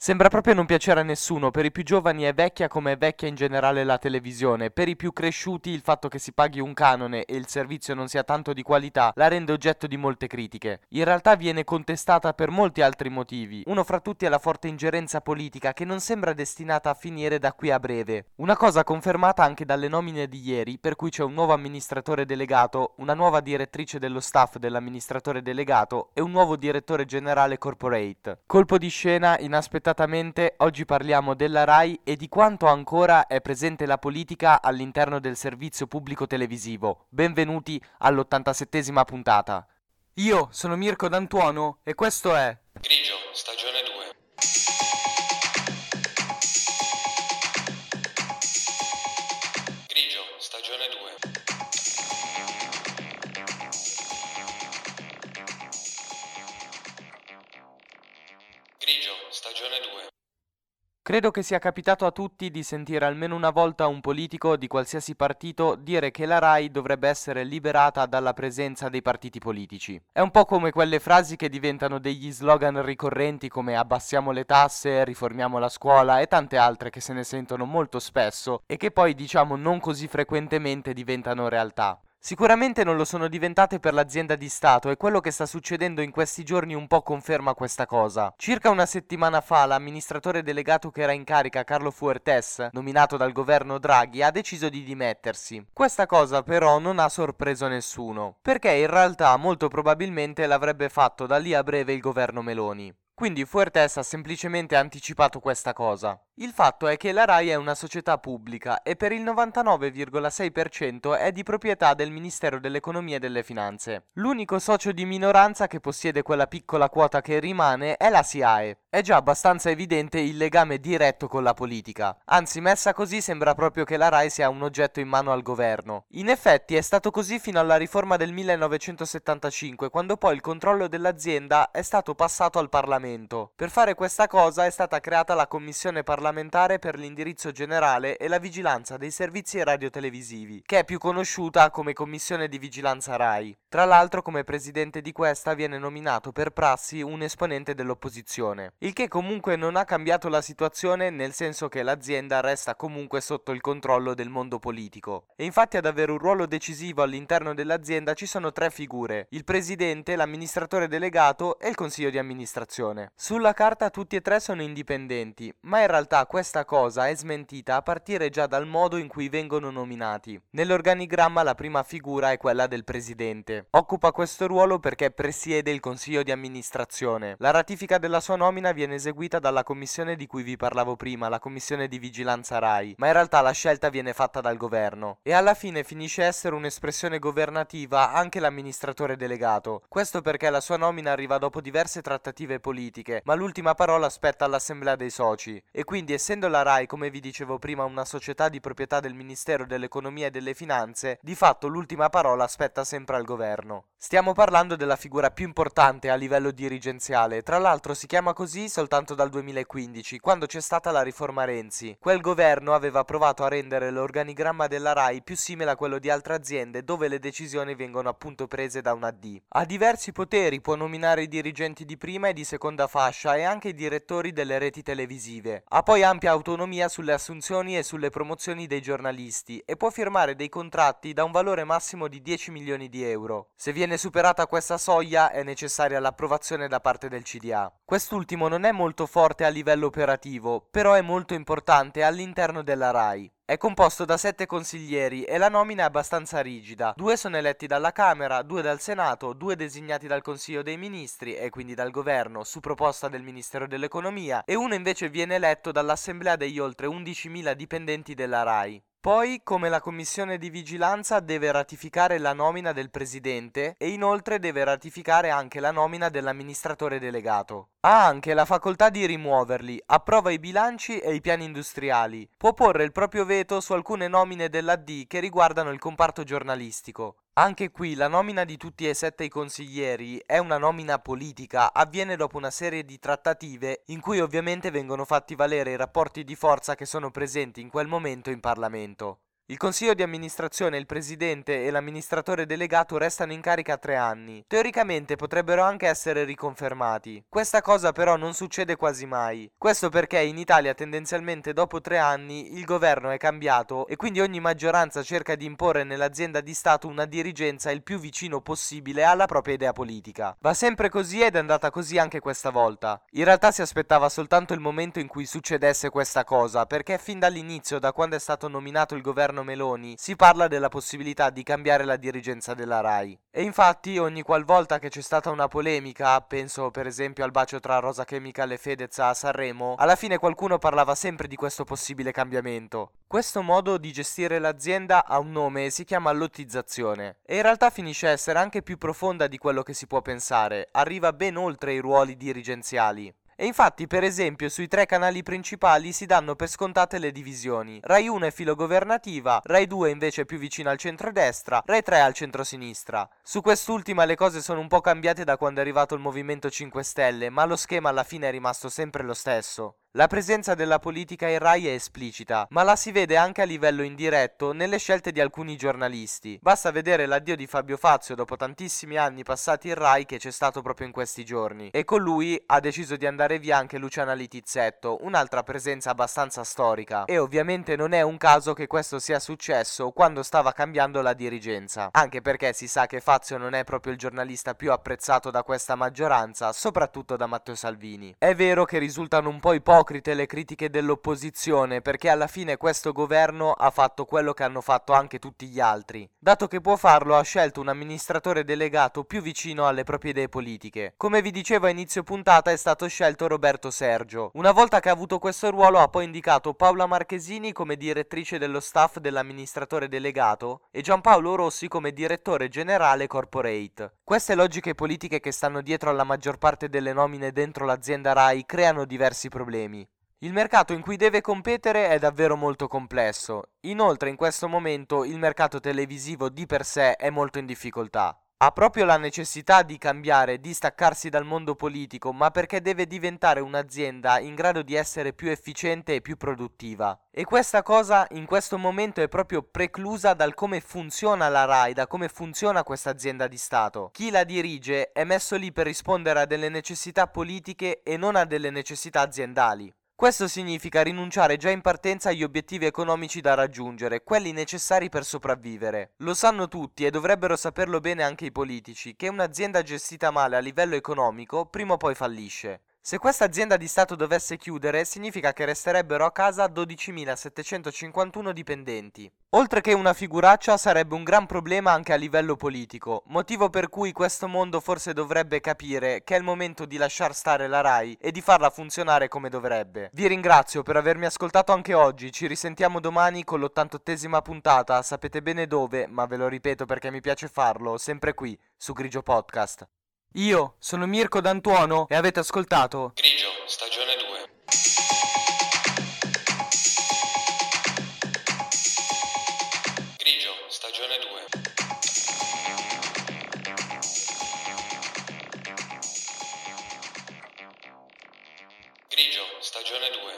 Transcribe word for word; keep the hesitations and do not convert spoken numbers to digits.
Sembra proprio non piacere a nessuno, per i più giovani è vecchia come è vecchia in generale la televisione, per i più cresciuti il fatto che si paghi un canone e il servizio non sia tanto di qualità la rende oggetto di molte critiche. In realtà viene contestata per molti altri motivi, uno fra tutti è la forte ingerenza politica che non sembra destinata a finire da qui a breve. Una cosa confermata anche dalle nomine di ieri, per cui c'è un nuovo amministratore delegato, una nuova direttrice dello staff dell'amministratore delegato e un nuovo direttore generale corporate. Colpo di scena inaspettato. Oggi parliamo della Rai e di quanto ancora è presente la politica all'interno del servizio pubblico televisivo. Benvenuti all'ottantasettesima puntata. Io sono Mirko D'Antuono e questo è Grigio, stagione due. Grigio, stagione due. Grigio, stagione due. Credo che sia capitato a tutti di sentire almeno una volta un politico di qualsiasi partito dire che la Rai dovrebbe essere liberata dalla presenza dei partiti politici. È un po' come quelle frasi che diventano degli slogan ricorrenti come abbassiamo le tasse, riformiamo la scuola e tante altre che se ne sentono molto spesso e che poi diciamo non così frequentemente diventano realtà. Sicuramente non lo sono diventate per l'azienda di Stato e quello che sta succedendo in questi giorni un po' conferma questa cosa. Circa una settimana fa l'amministratore delegato che era in carica, Carlo Fuertes, nominato dal governo Draghi, ha deciso di dimettersi. Questa cosa però non ha sorpreso nessuno, perché in realtà molto probabilmente l'avrebbe fatto da lì a breve il governo Meloni. Quindi Fuertes ha semplicemente anticipato questa cosa. Il fatto è che la Rai è una società pubblica e per il novantanove virgola sei per cento è di proprietà del Ministero dell'Economia e delle Finanze. L'unico socio di minoranza che possiede quella piccola quota che rimane è la SIAE. È già abbastanza evidente il legame diretto con la politica. Anzi, messa così sembra proprio che la Rai sia un oggetto in mano al governo. In effetti è stato così fino alla riforma del millenovecentosettantacinque, quando poi il controllo dell'azienda è stato passato al Parlamento. Per fare questa cosa è stata creata la Commissione parlamentare per l'indirizzo generale e la vigilanza dei servizi radiotelevisivi, che è più conosciuta come Commissione di Vigilanza Rai. Tra l'altro, come presidente di questa viene nominato per prassi un esponente dell'opposizione, il che comunque non ha cambiato la situazione, nel senso che l'azienda resta comunque sotto il controllo del mondo politico. E infatti ad avere un ruolo decisivo all'interno dell'azienda ci sono tre figure: il presidente, l'amministratore delegato e il consiglio di amministrazione. Sulla carta tutti e tre sono indipendenti, ma in realtà questa cosa è smentita a partire già dal modo in cui vengono nominati. Nell'organigramma la prima figura è quella del presidente. Occupa questo ruolo perché presiede il consiglio di amministrazione. La ratifica della sua nomina viene eseguita dalla commissione di cui vi parlavo prima, la commissione di vigilanza Rai, ma in realtà la scelta viene fatta dal governo. E alla fine finisce a essere un'espressione governativa anche l'amministratore delegato. Questo perché la sua nomina arriva dopo diverse trattative politiche, ma l'ultima parola spetta all'assemblea dei soci e quindi, essendo la Rai, come vi dicevo prima, una società di proprietà del Ministero dell'Economia e delle Finanze, di fatto l'ultima parola spetta sempre al governo. Stiamo parlando della figura più importante a livello dirigenziale, tra l'altro si chiama così soltanto dal duemilaquindici, quando c'è stata la riforma Renzi. Quel governo aveva provato a rendere l'organigramma della Rai più simile a quello di altre aziende dove le decisioni vengono appunto prese da una D. Ha diversi poteri, può nominare i dirigenti di prima e di seconda fascia e anche i direttori delle reti televisive. Ha poi ampia autonomia sulle assunzioni e sulle promozioni dei giornalisti e può firmare dei contratti da un valore massimo di dieci milioni di euro. Se viene superata questa soglia è necessaria l'approvazione da parte del C D A. Quest'ultimo non è molto forte a livello operativo, però è molto importante all'interno della Rai. È composto da sette consiglieri e la nomina è abbastanza rigida. Due sono eletti dalla Camera, due dal Senato, due designati dal Consiglio dei Ministri e quindi dal Governo su proposta del Ministero dell'Economia e uno invece viene eletto dall'assemblea degli oltre undicimila dipendenti della Rai. Poi, come la commissione di vigilanza, deve ratificare la nomina del presidente e inoltre deve ratificare anche la nomina dell'amministratore delegato. Ha anche la facoltà di rimuoverli, approva i bilanci e i piani industriali, può porre il proprio veto su alcune nomine dell'A D che riguardano il comparto giornalistico. Anche qui la nomina di tutti e sette i consiglieri è una nomina politica, avviene dopo una serie di trattative in cui ovviamente vengono fatti valere i rapporti di forza che sono presenti in quel momento in Parlamento. Il consiglio di amministrazione, il presidente e l'amministratore delegato restano in carica tre anni. Teoricamente potrebbero anche essere riconfermati. Questa cosa però non succede quasi mai. Questo perché in Italia tendenzialmente dopo tre anni il governo è cambiato e quindi ogni maggioranza cerca di imporre nell'azienda di Stato una dirigenza il più vicino possibile alla propria idea politica. Va sempre così ed è andata così anche questa volta. In realtà si aspettava soltanto il momento in cui succedesse questa cosa, perché fin dall'inizio, da quando è stato nominato il governo Meloni, si parla della possibilità di cambiare la dirigenza della Rai. E infatti ogni qualvolta che c'è stata una polemica, penso per esempio al bacio tra Rosa Chemical e Fedez a Sanremo, alla fine qualcuno parlava sempre di questo possibile cambiamento. Questo modo di gestire l'azienda ha un nome e si chiama lottizzazione. E in realtà finisce a essere anche più profonda di quello che si può pensare, arriva ben oltre i ruoli dirigenziali. E infatti, per esempio, sui tre canali principali si danno per scontate le divisioni. Rai uno è filogovernativa, Rai due invece è più vicina al centrodestra, Rai tre al centrosinistra. Su quest'ultima le cose sono un po' cambiate da quando è arrivato il Movimento cinque Stelle, ma lo schema alla fine è rimasto sempre lo stesso. La presenza della politica in Rai è esplicita, ma la si vede anche a livello indiretto nelle scelte di alcuni giornalisti. Basta vedere l'addio di Fabio Fazio dopo tantissimi anni passati in Rai che c'è stato proprio in questi giorni. E con lui ha deciso di andare via anche Luciana Littizzetto, un'altra presenza abbastanza storica. E ovviamente non è un caso che questo sia successo quando stava cambiando la dirigenza, anche perché si sa che Fazio non è proprio il giornalista più apprezzato da questa maggioranza, soprattutto da Matteo Salvini. È vero che risultano un po' ipocrite le critiche dell'opposizione, perché alla fine questo governo ha fatto quello che hanno fatto anche tutti gli altri. Dato che può farlo, ha scelto un amministratore delegato più vicino alle proprie idee politiche. Come vi dicevo a inizio puntata, è stato scelto Roberto Sergio. Una volta che ha avuto questo ruolo ha poi indicato Paola Marchesini come direttrice dello staff dell'amministratore delegato e Giampaolo Rossi come direttore generale corporate. Queste logiche politiche che stanno dietro alla maggior parte delle nomine dentro l'azienda Rai creano diversi problemi. Il mercato in cui deve competere è davvero molto complesso. Inoltre in questo momento il mercato televisivo di per sé è molto in difficoltà. Ha proprio la necessità di cambiare, di staccarsi dal mondo politico, ma perché deve diventare un'azienda in grado di essere più efficiente e più produttiva. E questa cosa in questo momento è proprio preclusa dal come funziona la Rai, da come funziona questa azienda di Stato. Chi la dirige è messo lì per rispondere a delle necessità politiche e non a delle necessità aziendali. Questo significa rinunciare già in partenza agli obiettivi economici da raggiungere, quelli necessari per sopravvivere. Lo sanno tutti e dovrebbero saperlo bene anche i politici, che un'azienda gestita male a livello economico prima o poi fallisce. Se questa azienda di Stato dovesse chiudere, significa che resterebbero a casa dodicimilasettecentocinquantuno dipendenti. Oltre che una figuraccia, sarebbe un gran problema anche a livello politico, motivo per cui questo mondo forse dovrebbe capire che è il momento di lasciar stare la Rai e di farla funzionare come dovrebbe. Vi ringrazio per avermi ascoltato anche oggi, ci risentiamo domani con l'ottantottesima puntata, sapete bene dove, ma ve lo ripeto perché mi piace farlo, sempre qui, su Grigio Podcast. Io sono Mirko D'Antuono e avete ascoltato Grigio, stagione due. Grigio, stagione due. Grigio, stagione due.